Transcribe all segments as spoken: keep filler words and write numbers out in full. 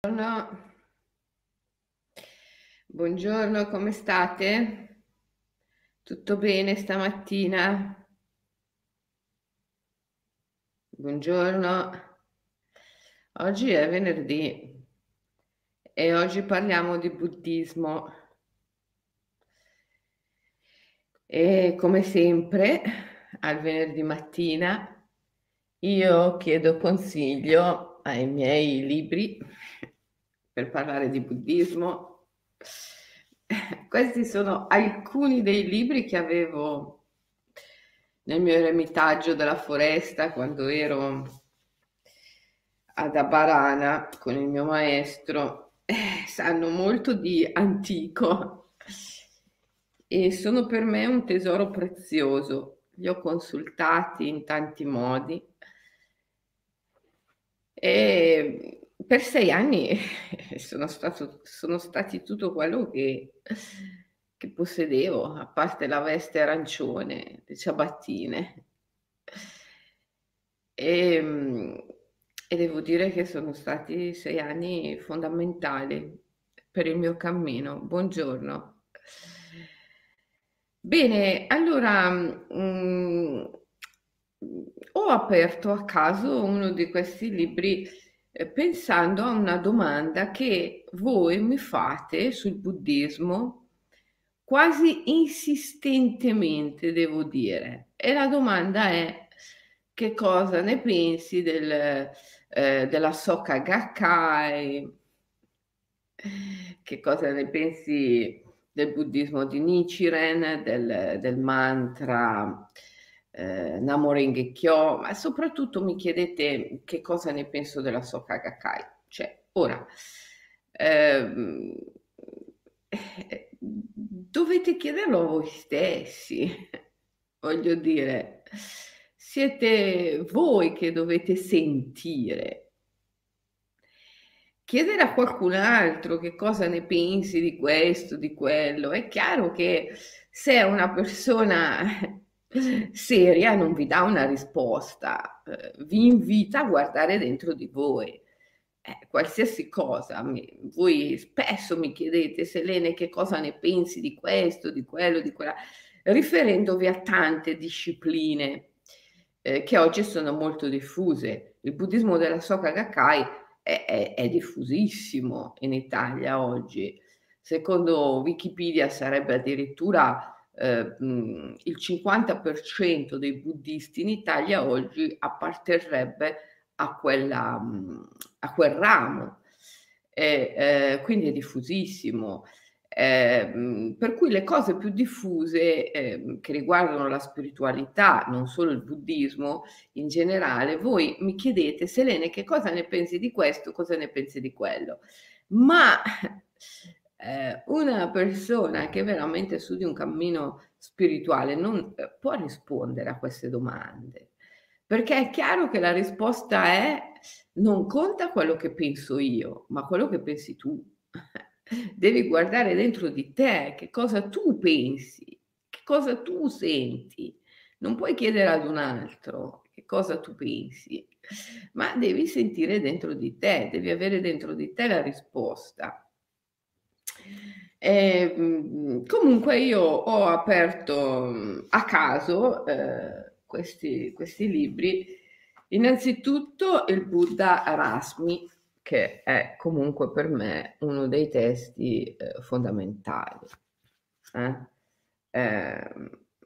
Buongiorno, buongiorno, come state? Tutto bene stamattina? Buongiorno, oggi è venerdì e oggi parliamo di buddismo e come sempre al venerdì mattina io chiedo consiglio ai miei libri per parlare di buddismo. Questi sono alcuni dei libri che avevo nel mio eremitaggio della foresta quando ero ad Abarana con il mio maestro. Eh, sanno molto di antico e sono per me un tesoro prezioso. Li ho consultati in tanti modi e per sei anni sono stato, sono stati tutto quello che, che possedevo, a parte la veste arancione, le ciabattine. E, mm, e devo dire che sono stati sei anni fondamentali per il mio cammino. Buongiorno. Bene, allora, mm, ho aperto a caso uno di questi libri eh, pensando a una domanda che voi mi fate sul buddismo quasi insistentemente, devo dire. E la domanda è: che cosa ne pensi del, eh, della Soka Gakkai? Che cosa ne pensi del buddismo di Nichiren, del, del mantra eh, Namo Renge Kyo, ma soprattutto mi chiedete che cosa ne penso della Soka Gakkai. Cioè, ora, ehm, eh, dovete chiederlo a voi stessi, voglio dire, siete voi che dovete sentire. Chiedere a qualcun altro che cosa ne pensi di questo, di quello, è chiaro che se è una persona seria non vi dà una risposta, eh, vi invita a guardare dentro di voi. Eh, qualsiasi cosa, mi- voi spesso mi chiedete, Selene, che cosa ne pensi di questo, di quello, di quella, riferendovi a tante discipline eh, che oggi sono molto diffuse. Il buddismo della Soka Gakkai è, è- è diffusissimo in Italia oggi. Secondo Wikipedia sarebbe addirittura eh, mh, il cinquanta per cento dei buddisti in Italia oggi apparterrebbe a, quella, mh, a quel ramo. E, eh, quindi è diffusissimo. Eh, per cui le cose più diffuse eh, che riguardano la spiritualità, non solo il buddismo, in generale, voi mi chiedete, Selene, che cosa ne pensi di questo, cosa ne pensi di quello? Ma eh, una persona che veramente su di un cammino spirituale non eh, può rispondere a queste domande, perché è chiaro che la risposta è non conta quello che penso io, ma quello che pensi tu. Devi guardare dentro di te, che cosa tu pensi, che cosa tu senti. Non puoi chiedere ad un altro che cosa tu pensi, ma devi sentire dentro di te, devi avere dentro di te la risposta. Ehm, comunque io ho aperto mh, a caso eh, questi, questi libri. Innanzitutto il Buddha Rasmi, che è comunque per me uno dei testi eh, fondamentali. eh. Ehm,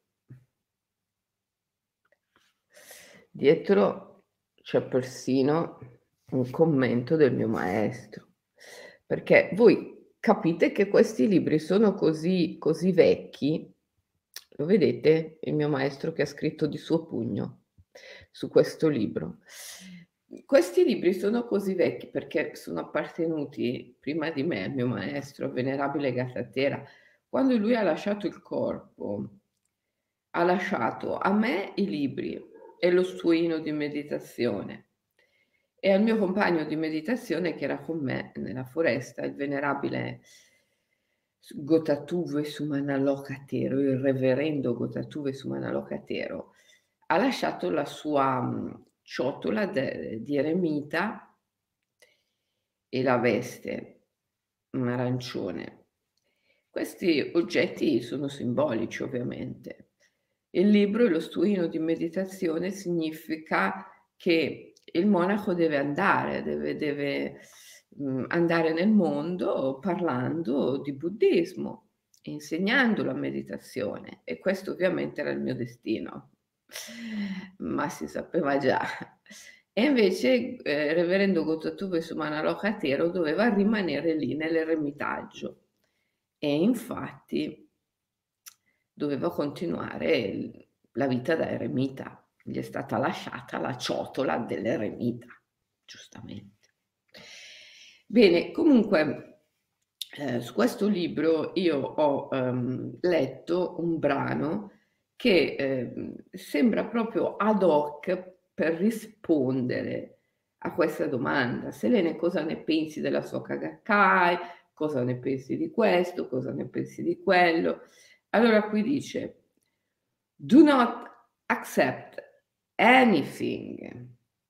Dietro c'è persino un commento del mio maestro, perché voi capite che questi libri sono così, così vecchi. Lo vedete? Il mio maestro che ha scritto di suo pugno su questo libro. Questi libri sono così vecchi perché sono appartenuti prima di me al mio maestro, venerabile Gattatera. Quando lui ha lasciato il corpo, ha lasciato a me i libri e lo stuino di meditazione e al mio compagno di meditazione che era con me nella foresta, il venerabile Gotatuve Sumanalokatero, il reverendo Gotatuve Sumanalokatero, ha lasciato la sua mh, ciotola de- di eremita e la veste, un arancione. Questi oggetti sono simbolici ovviamente. Il libro e lo stuino di meditazione significa che il monaco deve andare, deve deve, mhmm, andare nel mondo parlando di buddismo, insegnando la meditazione e questo ovviamente era il mio destino, ma si sapeva già. E invece, ehm, reverendo Gottatube Soumanaloka Thero doveva rimanere lì nell'eremitaggio e infatti doveva continuare il la vita da eremita. Gli è stata lasciata la ciotola dell'eremita, giustamente. Bene, comunque, ehm, su questo libro io ho, ehm, letto un brano che, ehm, sembra proprio ad hoc per rispondere a questa domanda. Selene, cosa ne pensi della Soka Gakkai? Cosa ne pensi di questo? Cosa ne pensi di quello? Allora qui dice: "Do not accept anything",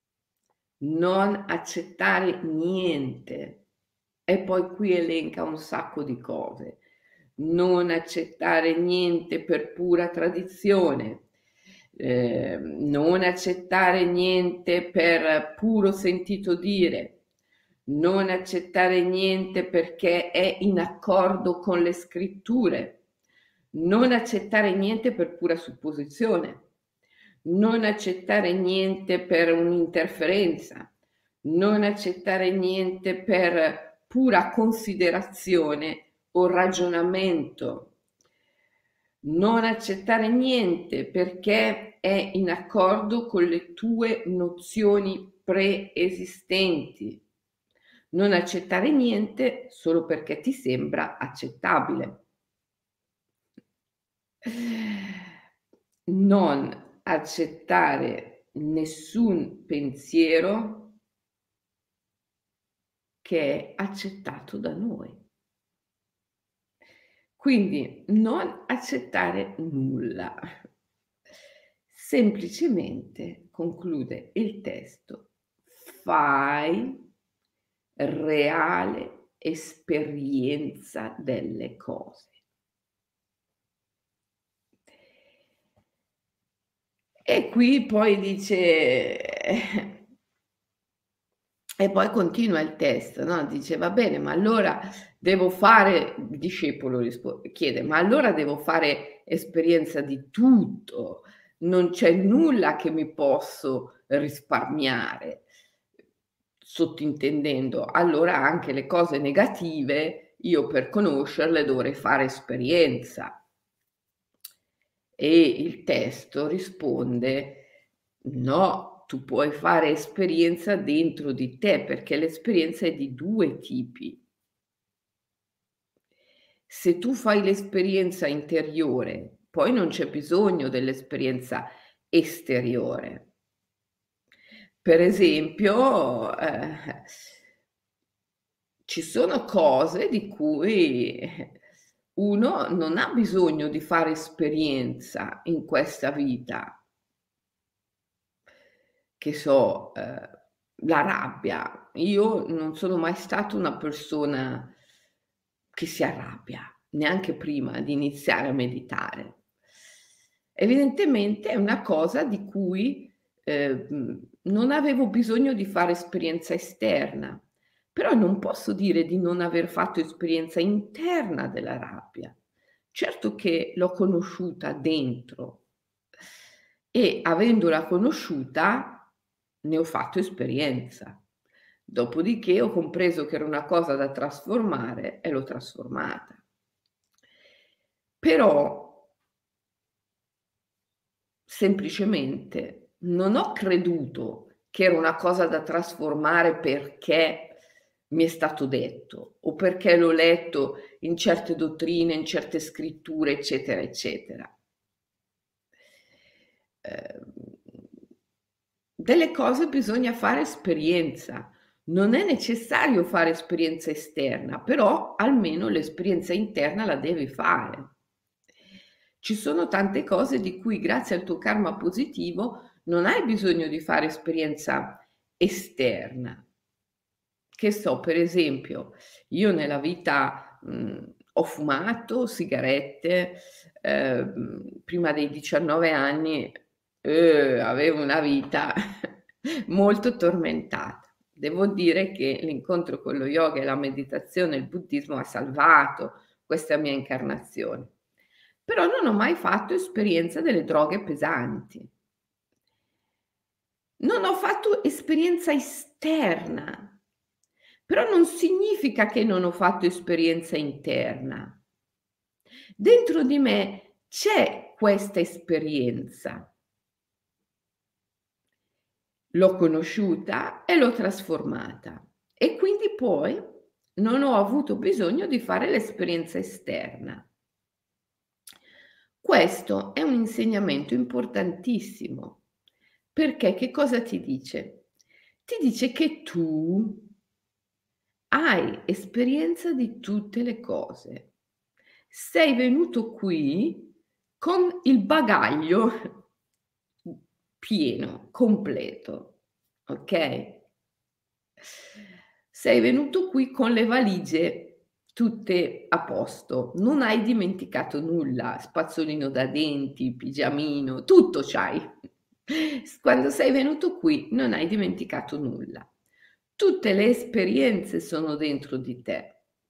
non accettare niente. E poi qui elenca un sacco di cose. Non accettare niente per pura tradizione, ehm, non accettare niente per puro sentito dire, non accettare niente perché è in accordo con le scritture, non accettare niente per pura supposizione, non accettare niente per un'interferenza, non accettare niente per pura considerazione o ragionamento, non accettare niente perché è in accordo con le tue nozioni preesistenti, non accettare niente solo perché ti sembra accettabile. Non accettare nessun pensiero che è accettato da noi. Quindi non accettare nulla. Semplicemente, conclude il testo, fai reale esperienza delle cose. E qui poi dice e poi continua il testo, no, dice: "Va bene, ma allora devo fare", il discepolo rispo chiede: "Ma allora devo fare esperienza di tutto, non c'è nulla che mi posso risparmiare?" Sottintendendo, allora anche le cose negative io per conoscerle dovrei fare esperienza. E il testo risponde: "No, tu puoi fare esperienza dentro di te, perché l'esperienza è di due tipi. Se tu fai l'esperienza interiore, poi non c'è bisogno dell'esperienza esteriore. Per esempio, ehm, ci sono cose di cui uno non ha bisogno di fare esperienza in questa vita. Che so, ehm, la rabbia. Io non sono mai stata una persona che si arrabbia, neanche prima di iniziare a meditare. Evidentemente è una cosa di cui, ehm, non avevo bisogno di fare esperienza esterna, però non posso dire di non aver fatto esperienza interna della rabbia. Certo che l'ho conosciuta dentro e avendola conosciuta ne ho fatto esperienza. Dopodiché ho compreso che era una cosa da trasformare e l'ho trasformata. Però semplicemente non ho creduto che era una cosa da trasformare perché mi è stato detto o perché l'ho letto in certe dottrine, in certe scritture, eccetera, eccetera. Ehm, delle cose bisogna fare esperienza. Non è necessario fare esperienza esterna, però almeno l'esperienza interna la devi fare. Ci sono tante cose di cui grazie al tuo karma positivo non hai bisogno di fare esperienza esterna. che so, per esempio, io nella vita, mhmm, ho fumato sigarette, ehm, prima dei diciannove anni, uh, avevo una vita molto tormentata. Devo dire che l'incontro con lo yoga e la meditazione e il buddismo ha salvato questa mia incarnazione. Però non ho mai fatto esperienza delle droghe pesanti. Non ho fatto esperienza esterna, però non significa che non ho fatto esperienza interna. Dentro di me c'è questa esperienza. L'ho conosciuta e l'ho trasformata e quindi poi non ho avuto bisogno di fare l'esperienza esterna. Questo è un insegnamento importantissimo, perché che cosa ti dice? Ti dice che tu hai esperienza di tutte le cose. Sei venuto qui con il bagaglio pieno, completo, okay? Sei venuto qui con le valigie tutte a posto, non hai dimenticato nulla, spazzolino da denti, pigiamino, tutto c'hai. S quando sei venuto qui non hai dimenticato nulla. Tutte le esperienze sono dentro di te.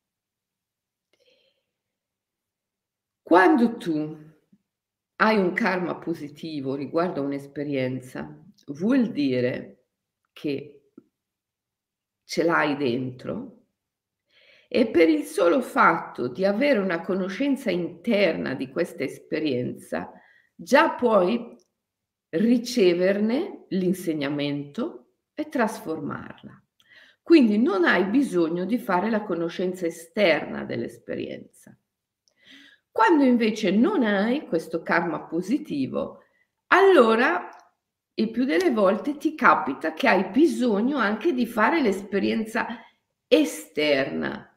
Quando tu hai un karma positivo riguardo a un'esperienza, vuol dire che ce l'hai dentro e per il solo fatto di avere una conoscenza interna di questa esperienza, già puoi riceverne l'insegnamento e trasformarla. Quindi non hai bisogno di fare la conoscenza esterna dell'esperienza. Quando invece non hai questo karma positivo, allora il più delle volte ti capita che hai bisogno anche di fare l'esperienza esterna.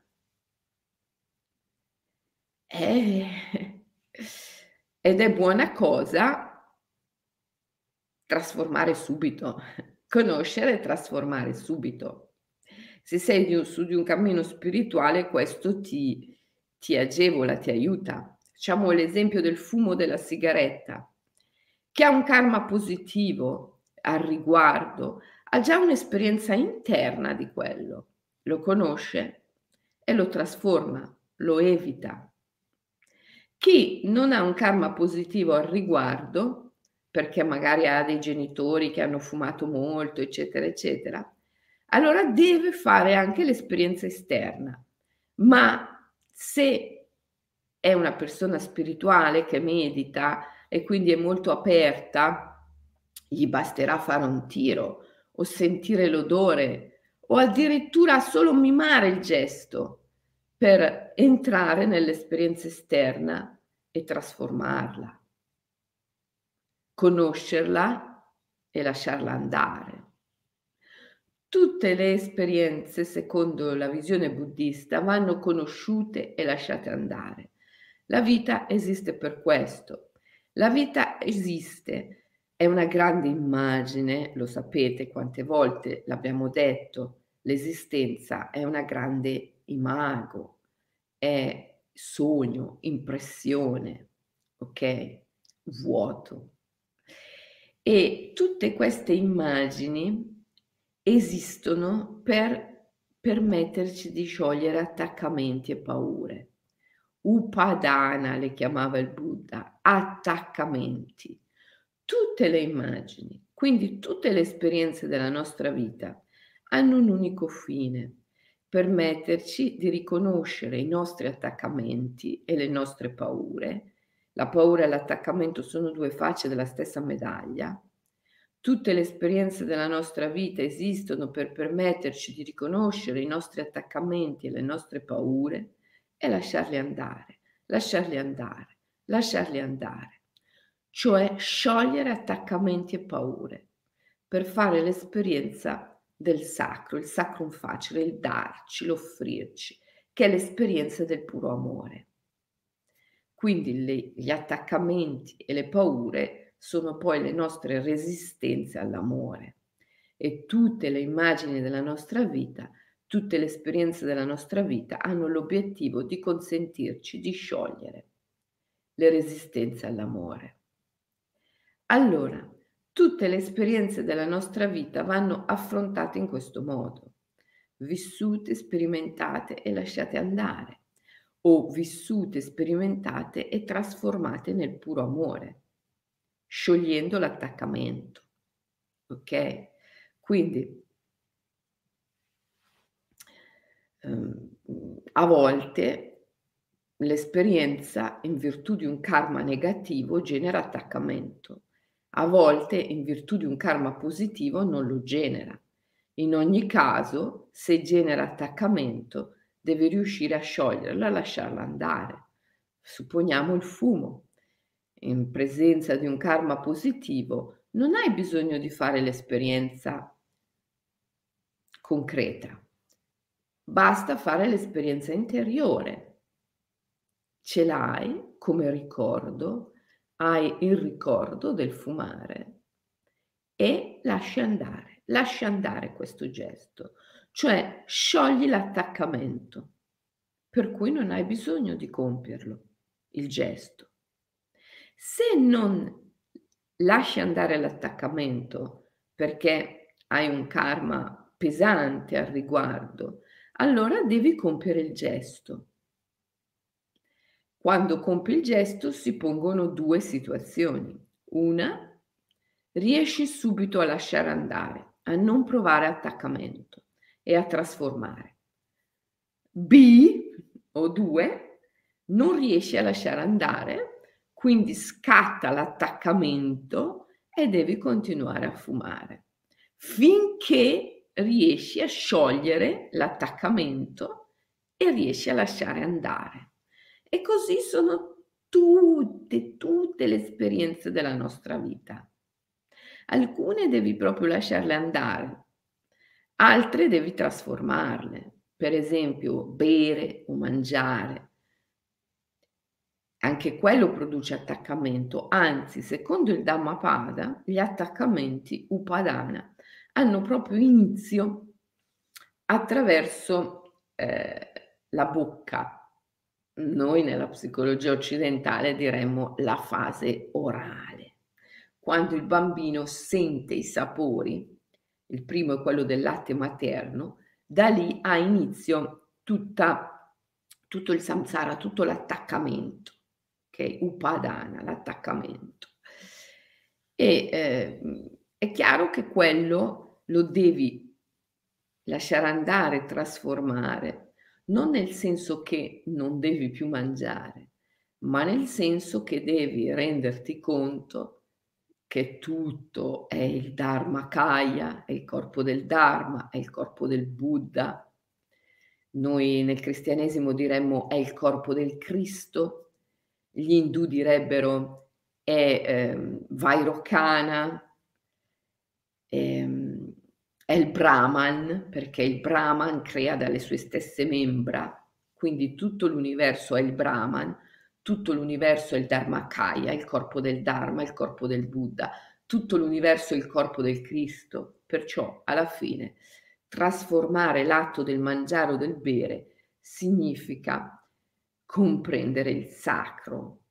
Eh, ed è buona cosa trasformare subito, conoscere e trasformare subito. Se sei di un su di un cammino spirituale questo ti ti agevola, ti aiuta. Facciamo l'esempio del fumo della sigaretta. Chi ha un karma positivo al riguardo, ha già un'esperienza interna di quello, lo conosce e lo trasforma, lo evita. Chi non ha un karma positivo al riguardo, perché magari ha dei genitori che hanno fumato molto, eccetera, eccetera, allora deve fare anche l'esperienza esterna. Ma se è una persona spirituale che medita e quindi è molto aperta, gli basterà fare un tiro o sentire l'odore o addirittura solo mimare il gesto per entrare nell'esperienza esterna e trasformarla, conoscerla e lasciarla andare. Tutte le esperienze, secondo la visione buddista, vanno conosciute e lasciate andare. La vita esiste per questo. La vita esiste, è una grande immagine, lo sapete quante volte l'abbiamo detto, l'esistenza è una grande imago, è sogno, impressione, okay, vuoto. E tutte queste immagini esistono per permetterci di sciogliere attaccamenti e paure. Upadana le chiamava il Buddha, attaccamenti. Tutte le immagini, quindi tutte le esperienze della nostra vita hanno un unico fine: permetterci di riconoscere i nostri attaccamenti e le nostre paure. La paura e l'attaccamento sono due facce della stessa medaglia. Tutte le esperienze della nostra vita esistono per permetterci di riconoscere i nostri attaccamenti e le nostre paure e lasciarli andare, lasciarli andare, lasciarli andare. Cioè sciogliere attaccamenti e paure per fare l'esperienza del sacro, il sacrum facere, il darci, l'offrirci, che è l'esperienza del puro amore. Quindi le gli attaccamenti e le paure sono poi le nostre resistenze all'amore e tutte le immagini della nostra vita Tutte le esperienze della nostra vita hanno l'obiettivo di consentirci di sciogliere le resistenze all'amore. Allora, tutte le esperienze della nostra vita vanno affrontate in questo modo: vissute, sperimentate e lasciate andare, o vissute, sperimentate e trasformate nel puro amore, sciogliendo l'attaccamento. Ok? Quindi ehm, a volte l'esperienza, in virtù di un karma negativo, genera attaccamento. A volte, in virtù di un karma positivo, non lo genera. In ogni caso, se genera attaccamento, devi riuscire a scioglierla, a lasciarla andare. Supponiamo il fumo. In presenza di un karma positivo, non hai bisogno di fare l'esperienza concreta. Basta fare l'esperienza interiore. Ce l'hai come ricordo, hai il ricordo del fumare e lasci andare, lascia andare questo gesto, cioè sciogli l'attaccamento, per cui non hai bisogno di compierlo, il gesto. Se non lasci andare l'attaccamento perché hai un karma pesante al riguardo, allora devi compiere il gesto. Quando compi il gesto si pongono due situazioni. Una, riesci subito a lasciare andare, a non provare attaccamento e a trasformare. B, o due, non riesci a lasciare andare, quindi scatta l'attaccamento e devi continuare a fumare, finché riesci a sciogliere l'attaccamento e riesci a lasciare andare. E così sono tutte, tutte le esperienze della nostra vita. Alcune devi proprio lasciarle andare, altre devi trasformarle. Per esempio, bere o mangiare. Anche quello produce attaccamento, anzi, secondo il Dhammapada, gli attaccamenti upadana hanno proprio inizio attraverso eh, la bocca. Noi nella psicologia occidentale diremmo la fase orale. Quando il bambino sente i sapori, il primo è quello del latte materno, da lì ha inizio tutta, tutto il samsara, tutto l'attaccamento, che è upadana, l'attaccamento. E eh, è chiaro che quello lo devi lasciare andare, trasformare, non nel senso che non devi più mangiare, ma nel senso che devi renderti conto che tutto è il Dharmakaya, è il corpo del Dharma, è il corpo del Buddha. Noi nel cristianesimo diremmo è il corpo del Cristo, gli indù direbbero è ehm, Vairocana, ehm, è il Brahman, perché il Brahman crea dalle sue stesse membra, quindi tutto l'universo è il Brahman, tutto l'universo è il Dharmakaya, il corpo del Dharma, il corpo del Buddha, tutto l'universo è il corpo del Cristo. Perciò, alla fine, trasformare l'atto del mangiare o del bere significa comprendere il sacro,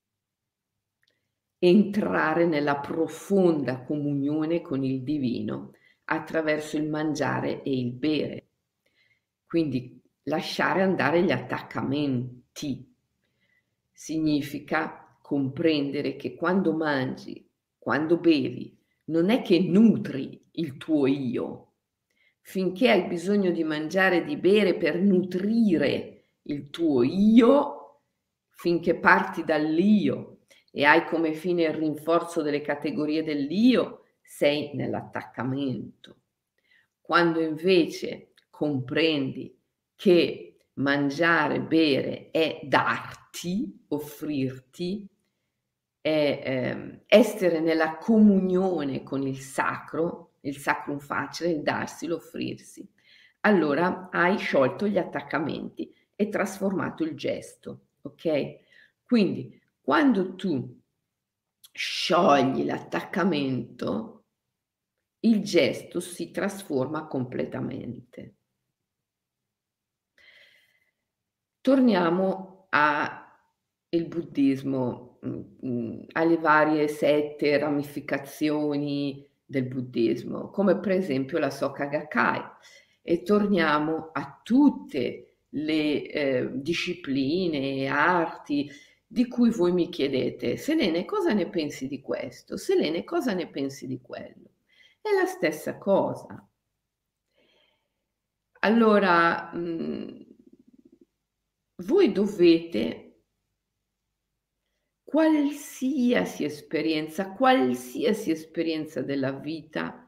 entrare nella profonda comunione con il divino attraverso il mangiare e il bere. Quindi lasciare andare gli attaccamenti significa comprendere che quando mangi, quando bevi, non è che nutri il tuo io. Finché hai bisogno di mangiare e di bere per nutrire il tuo io, finché parti dall'io e hai come fine il rinforzo delle categorie dell'io, sei nell'attaccamento. Quando invece comprendi che mangiare, bere è darti, offrirti, è ehm, essere nella comunione con il sacro, il sacrum facere, il darsi, l'offrirsi. Allora hai sciolto gli attaccamenti e trasformato il gesto, ok? Quindi quando tu sciogli l'attaccamento, il gesto si trasforma completamente. Torniamo a il buddismo, mhmm, mhmm, alle varie sette, ramificazioni del buddismo, come per esempio la Soka Gakkai, e torniamo a tutte le, ehm, discipline e arti di cui voi mi chiedete: "Selene, cosa ne pensi di questo? Selene, cosa ne pensi di quello?" È la stessa cosa. Allora, mhmm, voi dovete qualsiasi esperienza, qualsiasi esperienza della vita,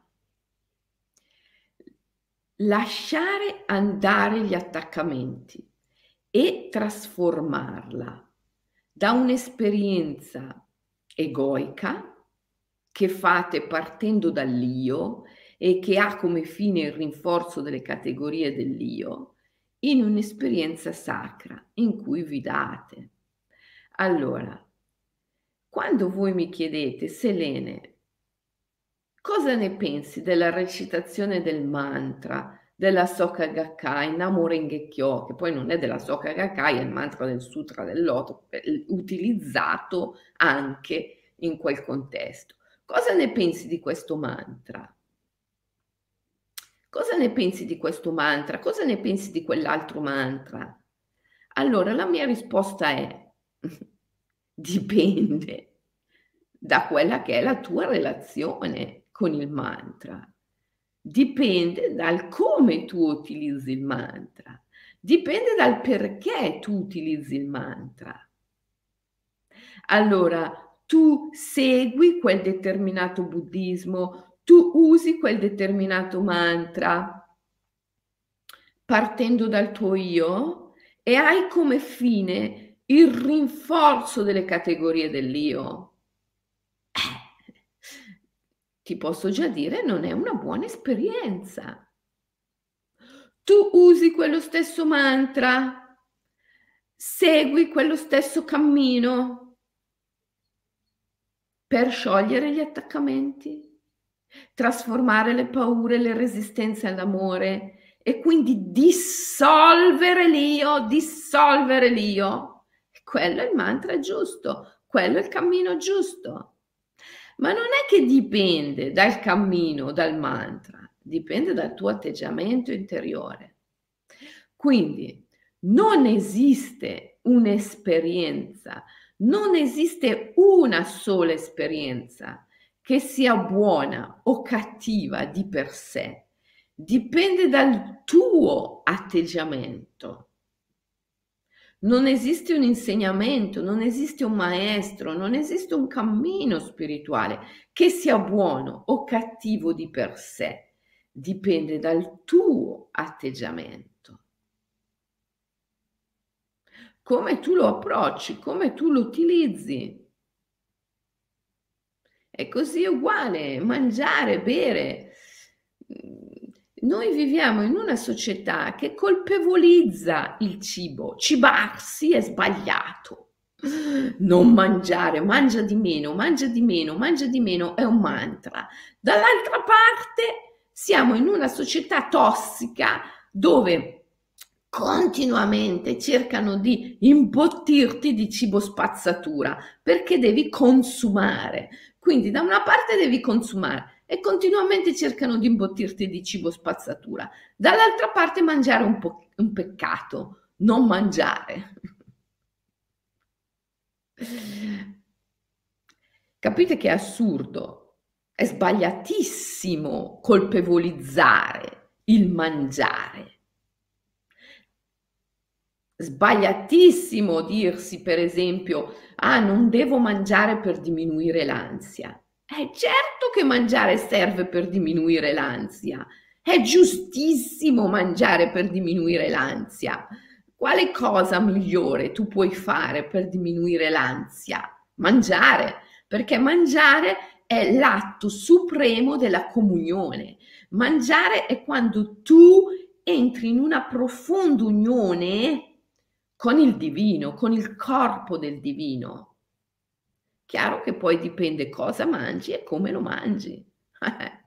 lasciare andare gli attaccamenti e trasformarla da un'esperienza egoica che fate partendo dall'io e che ha come fine il rinforzo delle categorie dell'io, in un'esperienza sacra in cui vi date. Allora, quando voi mi chiedete: "Selene, cosa ne pensi della recitazione del mantra, della Soka Gakkai, Namo Renge Kyo", che poi non è della Soka Gakkai, è il mantra del Sutra del Loto, ehm, utilizzato anche in quel contesto. Cosa ne pensi di questo mantra? Cosa ne pensi di questo mantra? Cosa ne pensi di quell'altro mantra? Allora la mia risposta è: dipende da quella che è la tua relazione con il mantra. Dipende dal come tu utilizzi il mantra. Dipende dal perché tu utilizzi il mantra. Allora, tu segui quel determinato buddismo, tu usi quel determinato mantra partendo dal tuo io e hai come fine il rinforzo delle categorie dell'io. Eh, ti posso già dire, non è una buona esperienza. Tu usi quello stesso mantra, segui quello stesso cammino per sciogliere gli attaccamenti, trasformare le paure, le resistenze all'amore e quindi dissolvere l'io, dissolvere l'io. Quello è il mantra giusto, quello è il cammino giusto. Ma non è che dipende dal cammino, dal mantra, dipende dal tuo atteggiamento interiore. Quindi non esiste un'esperienza, non esiste una sola esperienza che sia buona o cattiva di per sé, dipende dal tuo atteggiamento. Non esiste un insegnamento, non esiste un maestro, non esiste un cammino spirituale che sia buono o cattivo di per sé, dipende dal tuo atteggiamento. Come tu lo approcci, come tu lo utilizzi. È così uguale, mangiare, bere. Noi viviamo in una società che colpevolizza il cibo. Cibarsi è sbagliato. Non mangiare, mangia di meno, mangia di meno, mangia di meno, è un mantra. Dall'altra parte siamo in una società tossica dove continuamente cercano di imbottirti di cibo spazzatura perché devi consumare. Quindi da una parte devi consumare e continuamente cercano di imbottirti di cibo spazzatura. Dall'altra parte mangiare un po' un peccato, non mangiare. Capite che è assurdo? È sbagliatissimo colpevolizzare il mangiare. Sbagliatissimo dirsi, per esempio: "Ah, non devo mangiare per diminuire l'ansia". Eh, certo che mangiare serve per diminuire l'ansia. È giustissimo mangiare per diminuire l'ansia. Quale cosa migliore tu puoi fare per diminuire l'ansia? Mangiare, perché mangiare è l'atto supremo della comunione. Mangiare è quando tu entri in una profonda unione con il divino, con il corpo del divino. Chiaro che poi dipende cosa mangi e come lo mangi.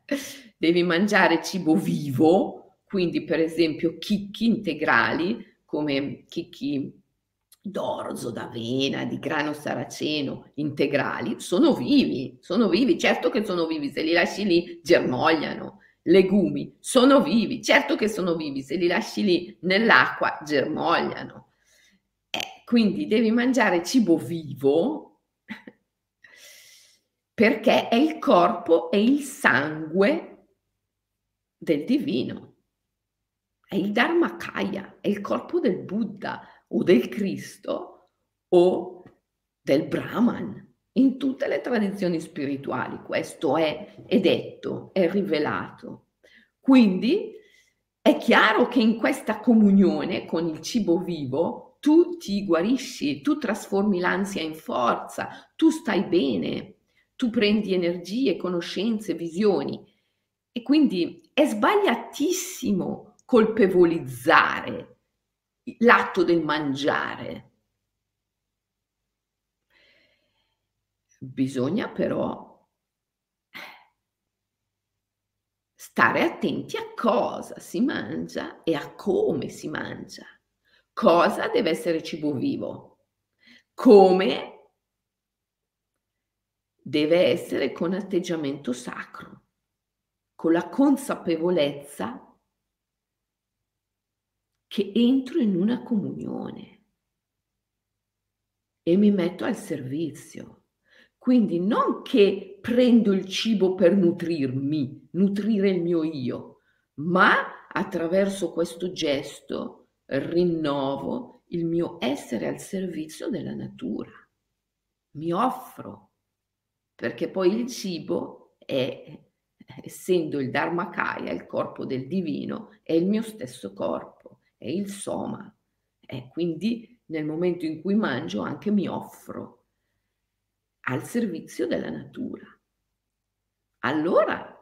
Devi mangiare cibo vivo, quindi per esempio chicchi integrali come chicchi d'orzo, d'avena, di grano saraceno integrali, sono vivi, sono vivi, certo che sono vivi, se li lasci lì germogliano. Legumi sono vivi, certo che sono vivi, se li lasci lì nell'acqua germogliano. Eh, quindi devi mangiare cibo vivo perché è il corpo e il sangue del divino. È il Dharmakaya, è il corpo del Buddha o del Cristo o del Brahman. In tutte le tradizioni spirituali questo è, è detto, è rivelato. Quindi è chiaro che in questa comunione con il cibo vivo tu ti guarisci, tu trasformi l'ansia in forza, tu stai bene, tu prendi energie, conoscenze, visioni. E quindi è sbagliatissimo colpevolizzare l'atto del mangiare. Bisogna però stare attenti a cosa si mangia e a come si mangia. Cosa deve essere cibo vivo? Come deve essere con atteggiamento sacro, con la consapevolezza che entro in una comunione e mi metto al servizio. Quindi non che prendo il cibo per nutrirmi, nutrire il mio io, ma attraverso questo gesto rinnovo il mio essere al servizio della natura. Mi offro, perché poi il cibo è, essendo il Dharmakaya, il corpo del divino, è il mio stesso corpo, è il Soma. E quindi nel momento in cui mangio anche mi offro al servizio della natura. Allora,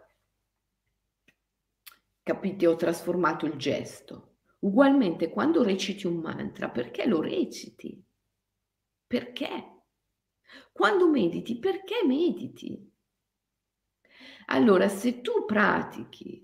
capite, ho trasformato il gesto. Ugualmente, quando reciti un mantra, perché lo reciti? Perché? Quando mediti, perché mediti? Allora, se tu pratichi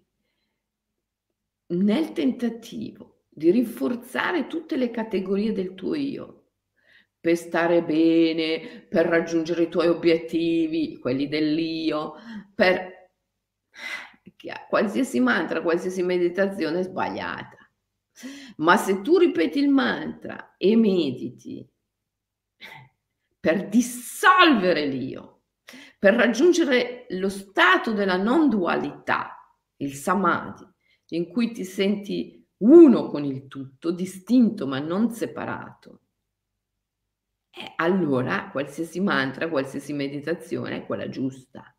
nel tentativo di rinforzare tutte le categorie del tuo io, per stare bene, per raggiungere i tuoi obiettivi, quelli dell'io, per qualsiasi mantra, qualsiasi meditazione è sbagliata. Ma se tu ripeti il mantra e mediti per dissolvere l'io, per raggiungere lo stato della non dualità, il samadhi, in cui ti senti uno con il tutto, distinto ma non separato, eh, allora qualsiasi mantra, qualsiasi meditazione è quella giusta.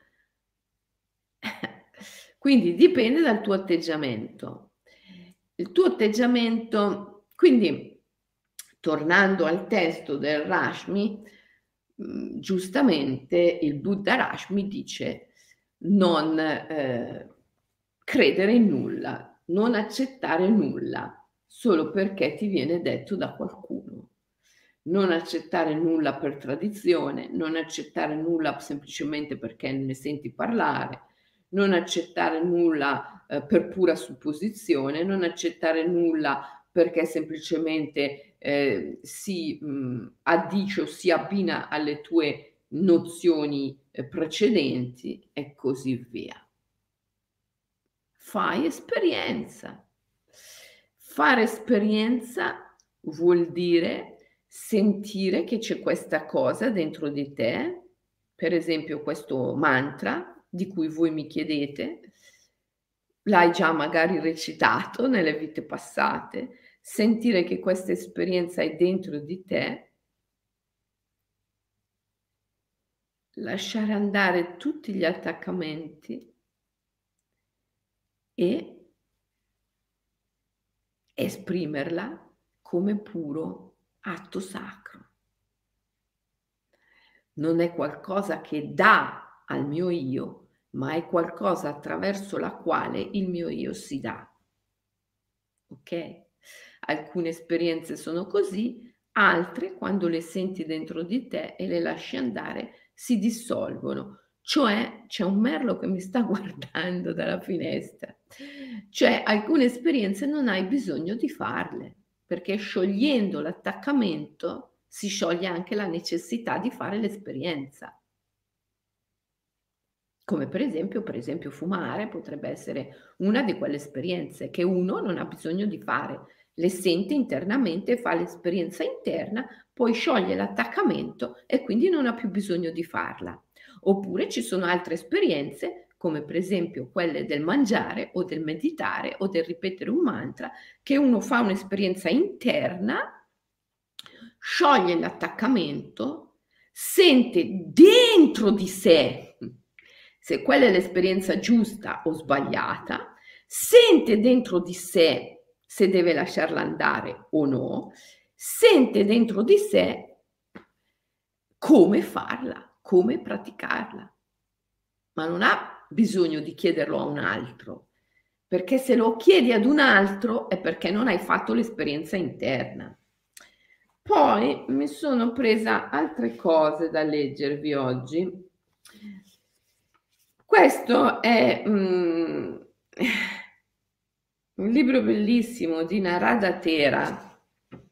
Quindi dipende dal tuo atteggiamento. Il tuo atteggiamento, quindi tornando al testo del Rashmi, mh, giustamente il Buddha Rashmi dice non eh, credere in nulla, non accettare nulla solo perché ti viene detto da qualcuno. Non accettare nulla per tradizione, non accettare nulla semplicemente perché ne senti parlare, non accettare nulla eh, per pura supposizione, non accettare nulla perché semplicemente eh, si mh, addice o si abbina alle tue nozioni eh, precedenti e così via. Fai esperienza. Fare esperienza vuol dire sentire che c'è questa cosa dentro di te, per esempio questo mantra di cui voi mi chiedete, l'hai già magari recitato nelle vite passate, sentire che questa esperienza è dentro di te, lasciare andare tutti gli attaccamenti e esprimerla come puro atto sacro. Non è qualcosa che dà al mio io, ma è qualcosa attraverso la quale il mio io si dà. Ok? Alcune esperienze sono così, altre, quando le senti dentro di te e le lasci andare, si dissolvono. Cioè, c'è un merlo che mi sta guardando dalla finestra. Cioè, alcune esperienze non hai bisogno di farle. perché sciogliendo l'attaccamento si scioglie anche la necessità di fare l'esperienza. Come per esempio per esempio fumare potrebbe essere una di quelle esperienze che uno non ha bisogno di fare, le sente internamente, fa l'esperienza interna, poi scioglie l'attaccamento e quindi non ha più bisogno di farla. Oppure ci sono altre esperienze, come per esempio quelle del mangiare o del meditare o del ripetere un mantra, che uno fa un'esperienza interna, scioglie l'attaccamento, sente dentro di sé se quella è l'esperienza giusta o sbagliata, sente dentro di sé se deve lasciarla andare o no, sente dentro di sé come farla, come praticarla, ma non ha bisogno di chiederlo a un altro, perché se lo chiedi ad un altro è perché non hai fatto l'esperienza interna. Poi mi sono presa altre cose da leggervi oggi. Questo è um, un libro bellissimo di Narada Thera.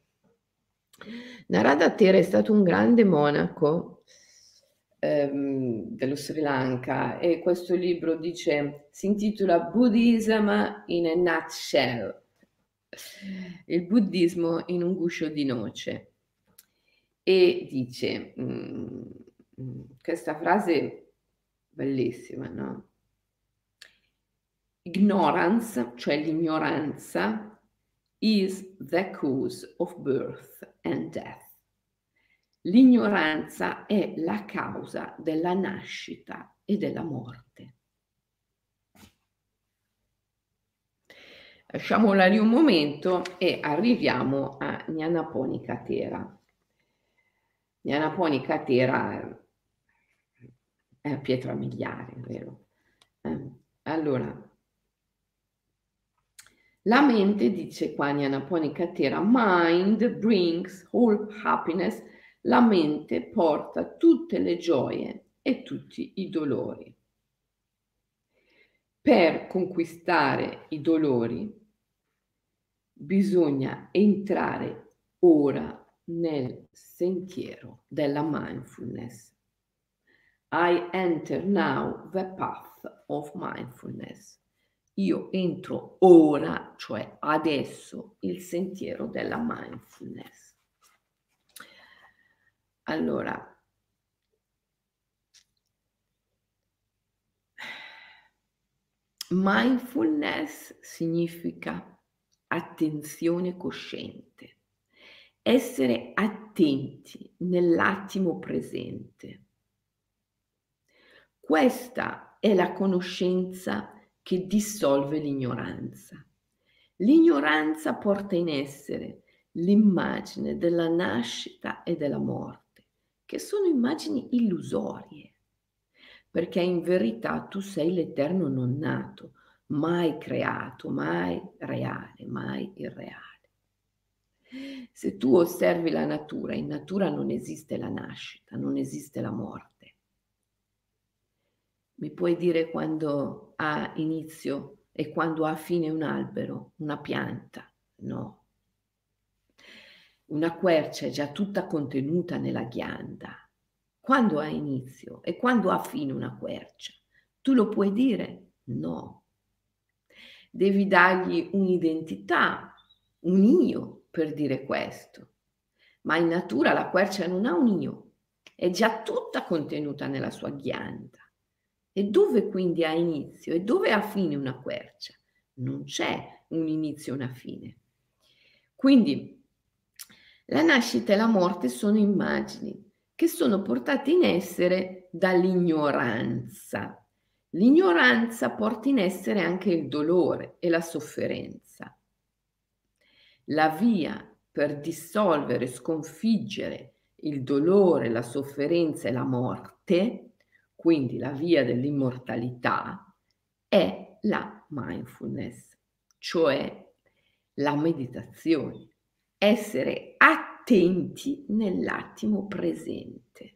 Narada Thera è stato un grande monaco ehm, dello Sri Lanka e questo libro dice, si intitola Buddhism in a Nutshell, il buddismo in un guscio di noce, e dice mm, questa frase bellissima, no? Ignorance, cioè l'ignoranza, is the cause of birth and death. L'ignoranza è la causa della nascita e della morte. Lasciamola lì un momento e arriviamo a Nyanaponika Thera. Nyanaponika Thera è pietra miliare, vero? Eh, allora, la mente, dice qua Nyanaponika Thera, mind brings all happiness, la mente porta tutte le gioie e tutti i dolori. Per conquistare i dolori bisogna entrare ora nel sentiero della mindfulness. I enter now the path of mindfulness. Io entro ora, cioè adesso, il sentiero della mindfulness. Allora, mindfulness significa attenzione cosciente, essere attenti nell'attimo presente. Questa è la conoscenza che dissolve l'ignoranza. L'ignoranza porta in essere l'immagine della nascita e della morte, che sono immagini illusorie, perché in verità tu sei l'eterno non nato, mai creato, mai reale, mai irreale. Se tu osservi la natura, in natura non esiste la nascita, non esiste la morte. Mi puoi dire quando ha inizio e quando ha fine un albero, una pianta? No. Una quercia è già tutta contenuta nella ghianda. Quando ha inizio e quando ha fine una quercia? Tu lo puoi dire? No. Devi dargli un'identità, un io per dire questo. Ma in natura la quercia non ha un io, è già tutta contenuta nella sua ghianda. E dove quindi ha inizio e dove ha fine una quercia? Non c'è un inizio e una fine. Quindi la nascita e la morte sono immagini che sono portate in essere dall'ignoranza. L'ignoranza porta in essere anche il dolore e la sofferenza. La via per dissolvere, sconfiggere il dolore, la sofferenza e la morte, quindi la via dell'immortalità, è la mindfulness, cioè la meditazione, essere attenti nell'attimo presente.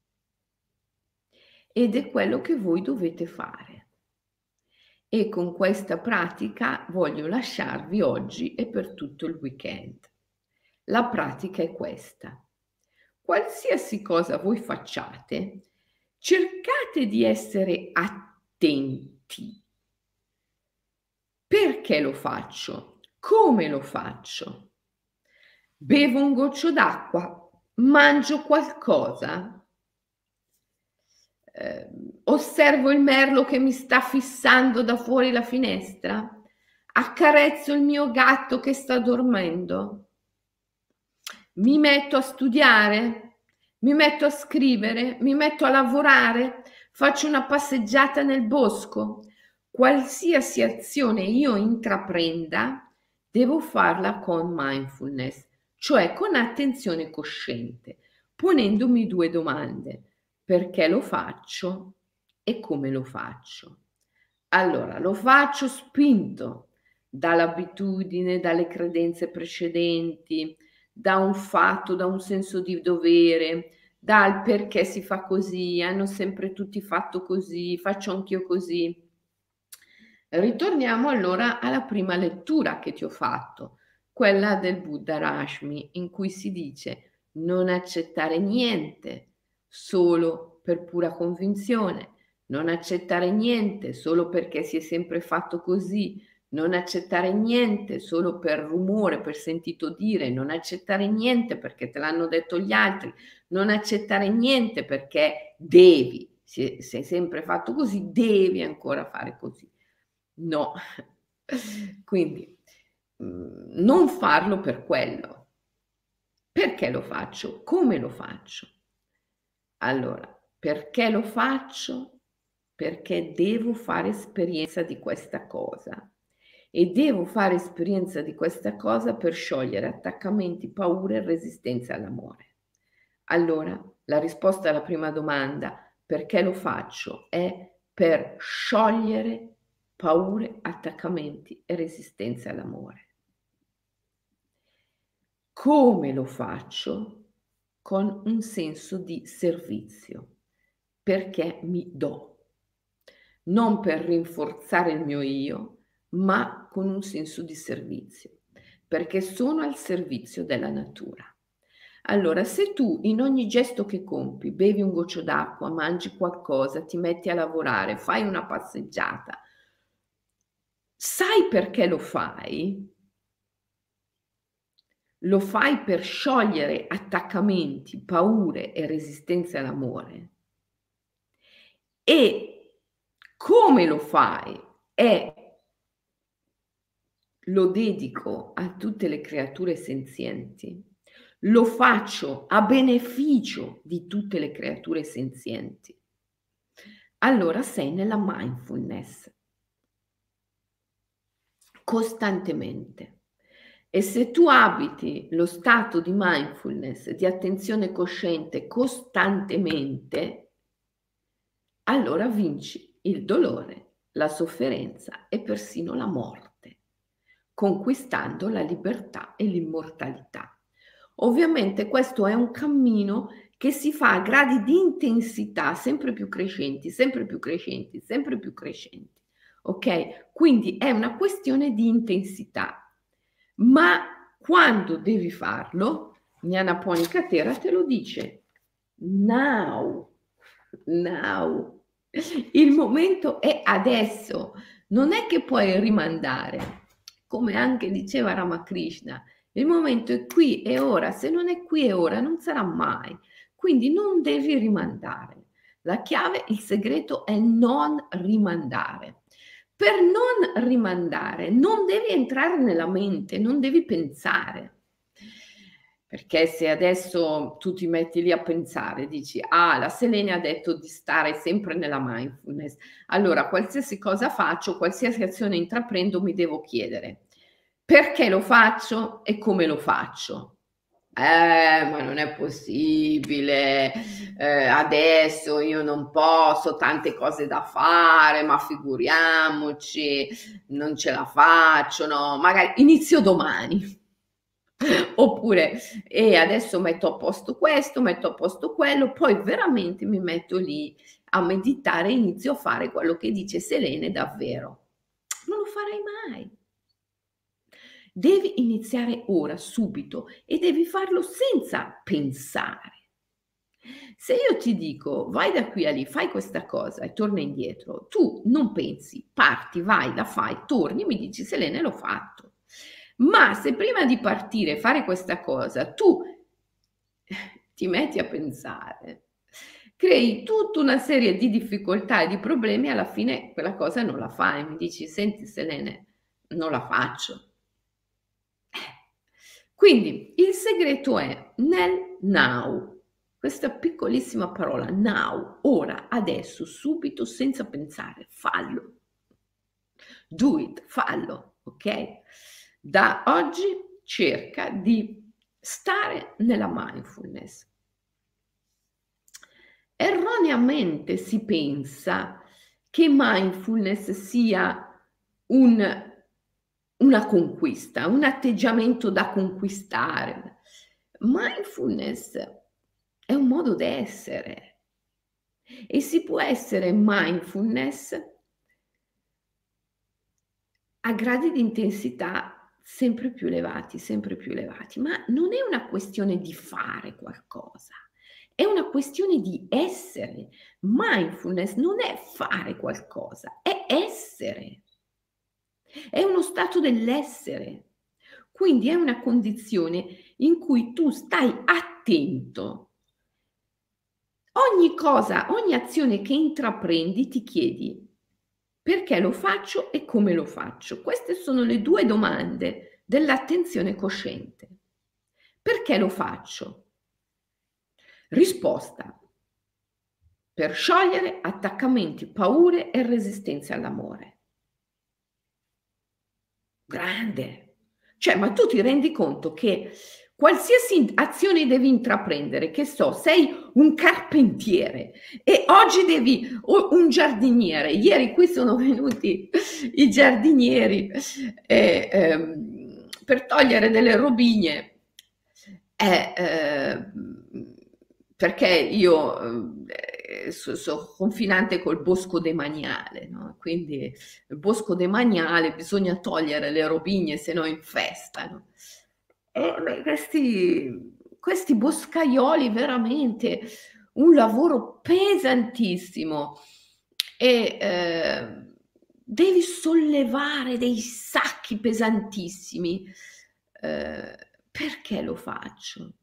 Ed è quello che voi dovete fare. E con questa pratica voglio lasciarvi oggi e per tutto il weekend. La pratica è questa: qualsiasi cosa voi facciate, cercate di essere attenti. Perché lo faccio? Come lo faccio? Bevo un goccio d'acqua? Mangio qualcosa? Ehm, osservo il merlo che mi sta fissando da fuori la finestra? Accarezzo il mio gatto che sta dormendo? Mi metto a studiare? Mi metto a scrivere? Mi metto a lavorare? Faccio una passeggiata nel bosco? Qualsiasi azione io intraprenda, devo farla con mindfulness, cioè con attenzione cosciente, ponendomi due domande: perché lo faccio e come lo faccio? Allora, lo faccio spinto dall'abitudine, dalle credenze precedenti, da un fatto, da un senso di dovere, dal perché si fa così, hanno sempre tutti fatto così, faccio anch'io così. Ritorniamo allora alla prima lettura che ti ho fatto, quella del Buddha Rashmi, in cui si dice non accettare niente solo per pura convinzione, non accettare niente solo perché si è sempre fatto così, non accettare niente solo per rumore, per sentito dire, non accettare niente perché te l'hanno detto gli altri, non accettare niente perché devi, se sei sempre fatto così, devi ancora fare così. No. Quindi, mhmm, non farlo per quello. Perché lo faccio? Come lo faccio? Allora, perché lo faccio? Perché devo fare esperienza di questa cosa e devo fare esperienza di questa cosa per sciogliere attaccamenti, paure e resistenza all'amore. Allora, la risposta alla prima domanda, perché lo faccio, è per sciogliere paure, attaccamenti e resistenze all'amore. Come lo faccio? Con un senso di servizio, perché mi do, non per rinforzare il mio io, ma con un senso di servizio, perché sono al servizio della natura. Allora, se tu in ogni gesto che compi, bevi un goccio d'acqua, mangi qualcosa, ti metti a lavorare, fai una passeggiata, sai perché lo fai? Lo fai per sciogliere attaccamenti, paure e resistenze all'amore. E come lo fai? È lo dedico a tutte le creature senzienti, lo faccio a beneficio di tutte le creature senzienti. Allora sei nella mindfulness costantemente. E se tu abiti lo stato di mindfulness, di attenzione cosciente costantemente, allora vinci il dolore, la sofferenza e persino la morte, conquistando la libertà e l'immortalità. Ovviamente questo è un cammino che si fa a gradi di intensità sempre più crescenti, sempre più crescenti, sempre più crescenti. Ok? Quindi è una questione di intensità. Ma quando devi farlo, Nyanaponika Thera te lo dice, now, now. Il momento è adesso, non è che puoi rimandare, come anche diceva Ramakrishna, il momento è qui e ora, se non è qui e ora non sarà mai, quindi non devi rimandare. La chiave, il segreto è non rimandare. Per non rimandare, non devi entrare nella mente, non devi pensare. Perché se adesso tu ti metti lì a pensare, dici, ah, la Selene ha detto di stare sempre nella mindfulness, allora qualsiasi cosa faccio, qualsiasi azione intraprendo, mi devo chiedere perché lo faccio e come lo faccio. Eh, ma non è possibile, eh, adesso io non posso, ho tante cose da fare, ma figuriamoci, non ce la faccio, no, magari inizio domani. Oppure, e adesso metto a posto questo, metto a posto quello, poi veramente mi metto lì a meditare e inizio a fare quello che dice Selene davvero. Non lo farei mai. Devi iniziare ora, subito, e devi farlo senza pensare. Se io ti dico vai da qui a lì, fai questa cosa e torna indietro, tu non pensi, parti, vai, la fai, torni, mi dici Selene l'ho fatto. Ma se prima di partire fare questa cosa tu ti metti a pensare, crei tutta una serie di difficoltà e di problemi, alla fine quella cosa non la fai, mi dici senti Selene, non la faccio. Quindi il segreto è nel now, questa piccolissima parola now, ora, adesso, subito, senza pensare, fallo. Do it, fallo, ok? Da oggi cerca di stare nella mindfulness. Erroneamente si pensa che mindfulness sia un una conquista, un atteggiamento da conquistare. Mindfulness è un modo d'essere e si può essere mindfulness a gradi di intensità sempre più elevati, sempre più elevati, ma non è una questione di fare qualcosa, è una questione di essere. Mindfulness non è fare qualcosa, è essere. È uno stato dell'essere, quindi è una condizione in cui tu stai attento. Ogni cosa, ogni azione che intraprendi ti chiedi perché lo faccio e come lo faccio. Queste sono le due domande dell'attenzione cosciente. Perché lo faccio? Risposta: per sciogliere attaccamenti, paure e resistenze all'amore. Grande. Cioè, ma tu ti rendi conto che qualsiasi azione devi intraprendere, che so, sei un carpentiere e oggi devi, o un giardiniere, ieri qui sono venuti i giardinieri eh, ehm, per togliere delle robigne, eh, eh, perché io eh, sono so confinante col bosco demaniale, no? Quindi il bosco demaniale bisogna togliere le robigne, se no infestano. E questi, questi boscaioli veramente un lavoro pesantissimo e eh, devi sollevare dei sacchi pesantissimi. Eh, perché lo faccio?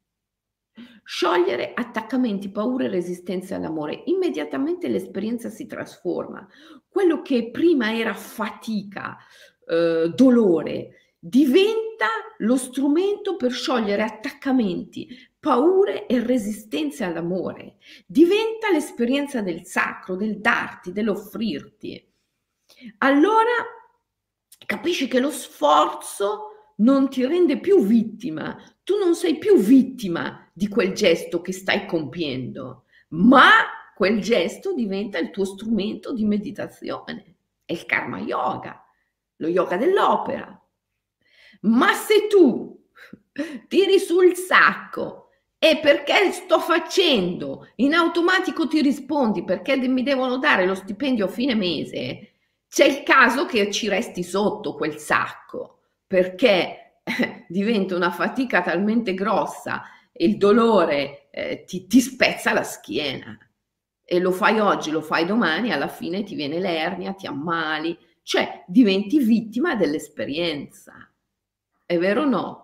Sciogliere attaccamenti, paure e resistenze all'amore. Immediatamente l'esperienza si trasforma. Quello che prima era fatica, eh, dolore, diventa lo strumento per sciogliere attaccamenti, paure e resistenze all'amore. Diventa l'esperienza del sacro, del darti, dell'offrirti. Allora capisci che lo sforzo non ti rende più vittima, tu non sei più vittima di quel gesto che stai compiendo, ma quel gesto diventa il tuo strumento di meditazione, è il karma yoga, lo yoga dell'opera. Ma se tu tiri sul sacco e perché sto facendo, in automatico ti rispondi perché mi devono dare lo stipendio a fine mese, c'è il caso che ci resti sotto quel sacco, perché eh, diventa una fatica talmente grossa e il dolore eh, ti, ti spezza la schiena. E lo fai oggi, lo fai domani, alla fine ti viene l'ernia, ti ammali, cioè diventi vittima dell'esperienza. È vero o no?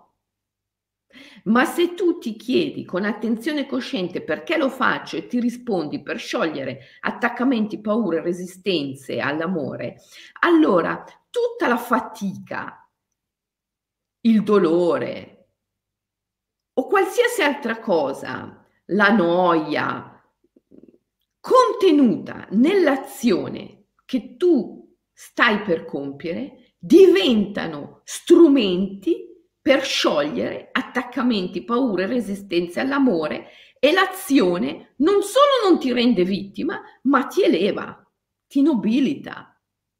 Ma se tu ti chiedi con attenzione cosciente perché lo faccio e ti rispondi per sciogliere attaccamenti, paure, resistenze all'amore, allora tutta la fatica, il dolore o qualsiasi altra cosa, la noia contenuta nell'azione che tu stai per compiere, diventano strumenti per sciogliere attaccamenti, paure, resistenze all'amore e l'azione non solo non ti rende vittima, ma ti eleva, ti nobilita.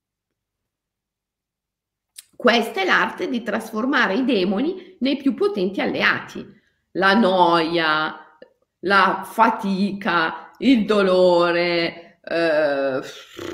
Questa è l'arte di trasformare i demoni nei più potenti alleati. La noia, la fatica, il dolore, eh,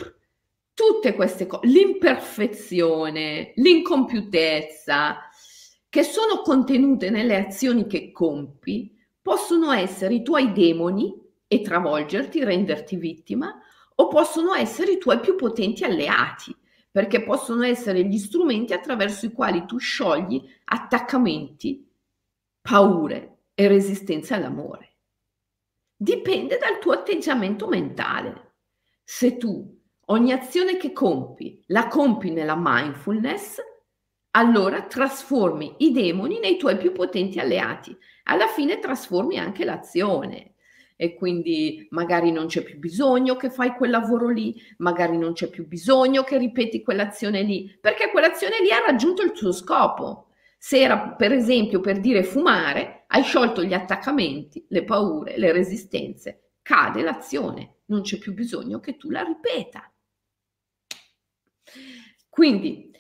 tutte queste cose, l'imperfezione, l'incompiutezza, che sono contenute nelle azioni che compi, possono essere i tuoi demoni e travolgerti, renderti vittima, o possono essere i tuoi più potenti alleati, perché possono essere gli strumenti attraverso i quali tu sciogli attaccamenti, paure e resistenza all'amore. Dipende dal tuo atteggiamento mentale. Se tu ogni azione che compi la compi nella mindfulness, allora trasformi i demoni nei tuoi più potenti alleati. Alla fine trasformi anche l'azione e quindi magari non c'è più bisogno che fai quel lavoro lì, magari non c'è più bisogno che ripeti quell'azione lì, perché quell'azione lì ha raggiunto il suo scopo. Se era per esempio per dire fumare, hai sciolto gli attaccamenti, le paure, le resistenze, cade l'azione, non c'è più bisogno che tu la ripeta. Quindi,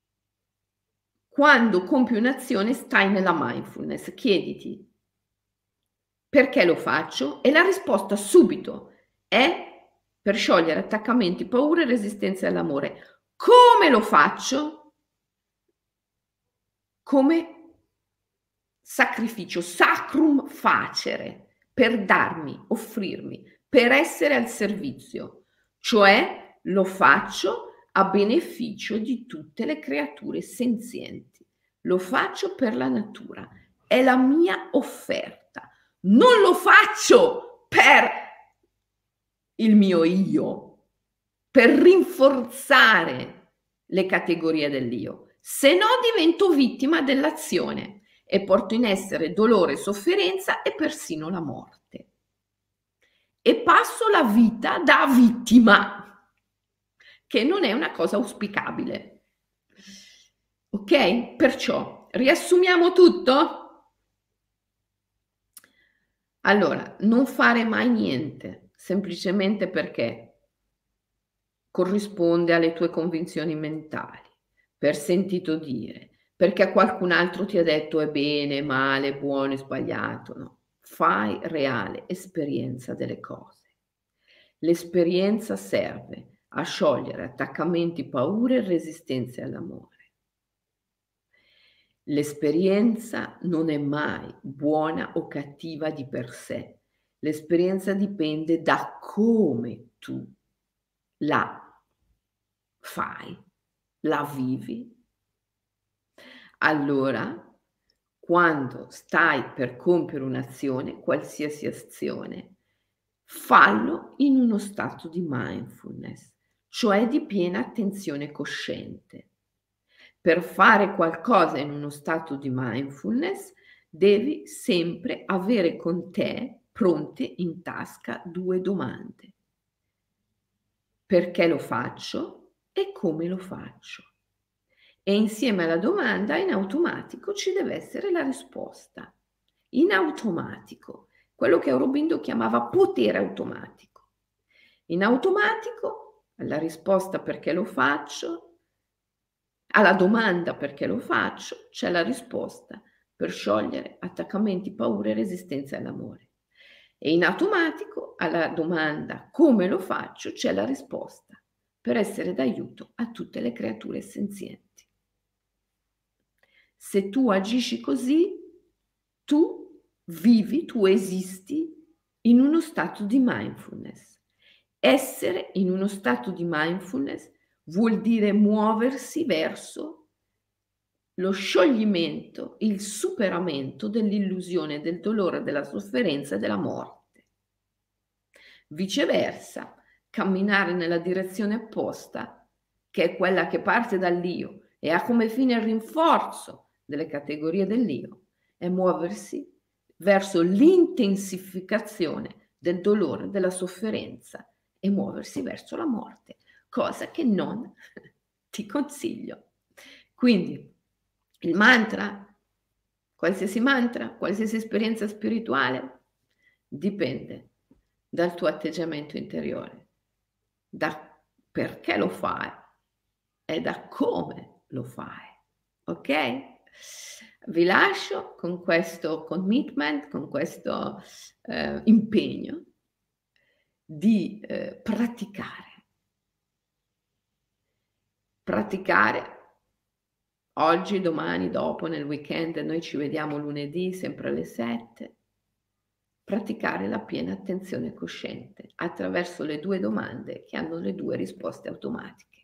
quando compi un'azione stai nella mindfulness, chiediti perché lo faccio e la risposta subito è per sciogliere attaccamenti, paure e resistenze all'amore. Come lo faccio? Come sacrificio, sacrum facere, per darmi, offrirmi, per essere al servizio, cioè lo faccio a beneficio di tutte le creature senzienti, lo faccio per la natura, è la mia offerta, non lo faccio per il mio io, per rinforzare le categorie dell'io, se no divento vittima dell'azione e porto in essere dolore, sofferenza e persino la morte. E passo la vita da vittima, che non è una cosa auspicabile. Ok? Perciò, riassumiamo tutto? Allora, non fare mai niente, semplicemente perché corrisponde alle tue convinzioni mentali, per sentito dire, perché qualcun altro ti ha detto è bene, male, buono e sbagliato, no. Fai reale esperienza delle cose. L'esperienza serve a sciogliere attaccamenti, paure e resistenze all'amore. L'esperienza non è mai buona o cattiva di per sé. L'esperienza dipende da come tu la fai, la vivi. Allora, quando stai per compiere un'azione, qualsiasi azione, fallo in uno stato di mindfulness, cioè di piena attenzione cosciente. Per fare qualcosa in uno stato di mindfulness, devi sempre avere con te pronte in tasca due domande. Perché lo faccio e come lo faccio? E insieme alla domanda in automatico ci deve essere la risposta. In automatico, quello che Aurobindo chiamava potere automatico. In automatico, alla risposta perché lo faccio, alla domanda perché lo faccio, c'è la risposta per sciogliere attaccamenti, paure e resistenze all'amore. E in automatico, alla domanda come lo faccio, c'è la risposta per essere d'aiuto a tutte le creature senzienti. Se tu agisci così, tu vivi, tu esisti in uno stato di mindfulness. Essere in uno stato di mindfulness vuol dire muoversi verso lo scioglimento, il superamento dell'illusione, del dolore, della sofferenza e della morte. Viceversa, camminare nella direzione opposta, che è quella che parte dall'io e ha come fine il rinforzo delle categorie dell'io, è muoversi verso l'intensificazione del dolore, della sofferenza e muoversi verso la morte, cosa che non ti consiglio. Quindi il mantra, qualsiasi mantra, qualsiasi esperienza spirituale, dipende dal tuo atteggiamento interiore, da perché lo fai e da come lo fai, ok? Vi lascio con questo commitment, con questo eh, impegno di eh, praticare, praticare Oggi, domani, dopo, nel weekend, noi ci vediamo lunedì sempre alle sette. Praticare la piena attenzione cosciente attraverso le due domande che hanno le due risposte automatiche.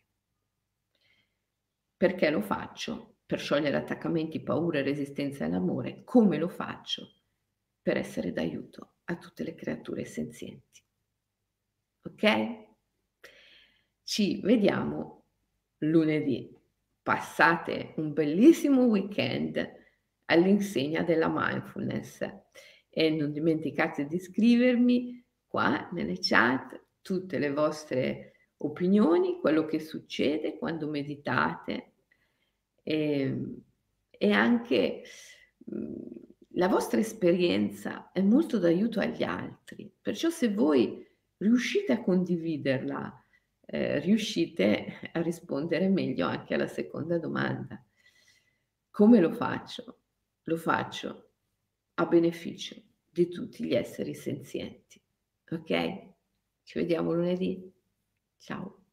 Perché lo faccio? Per sciogliere attaccamenti, paure, resistenze all'amore. Come lo faccio? Per essere d'aiuto a tutte le creature senzienti. Okay? Ci vediamo lunedì. Passate un bellissimo weekend all'insegna della mindfulness e non dimenticate di scrivermi qua nelle chat tutte le vostre opinioni, quello che succede quando meditate, ehm, e anche, mhmm, la vostra esperienza è molto d'aiuto agli altri. Perciò se voi riuscite a condividerla, ehm, riuscite a rispondere meglio anche alla seconda domanda. Come lo faccio? Lo faccio a beneficio di tutti gli esseri senzienti, okay? Ci vediamo lunedì. Ciao.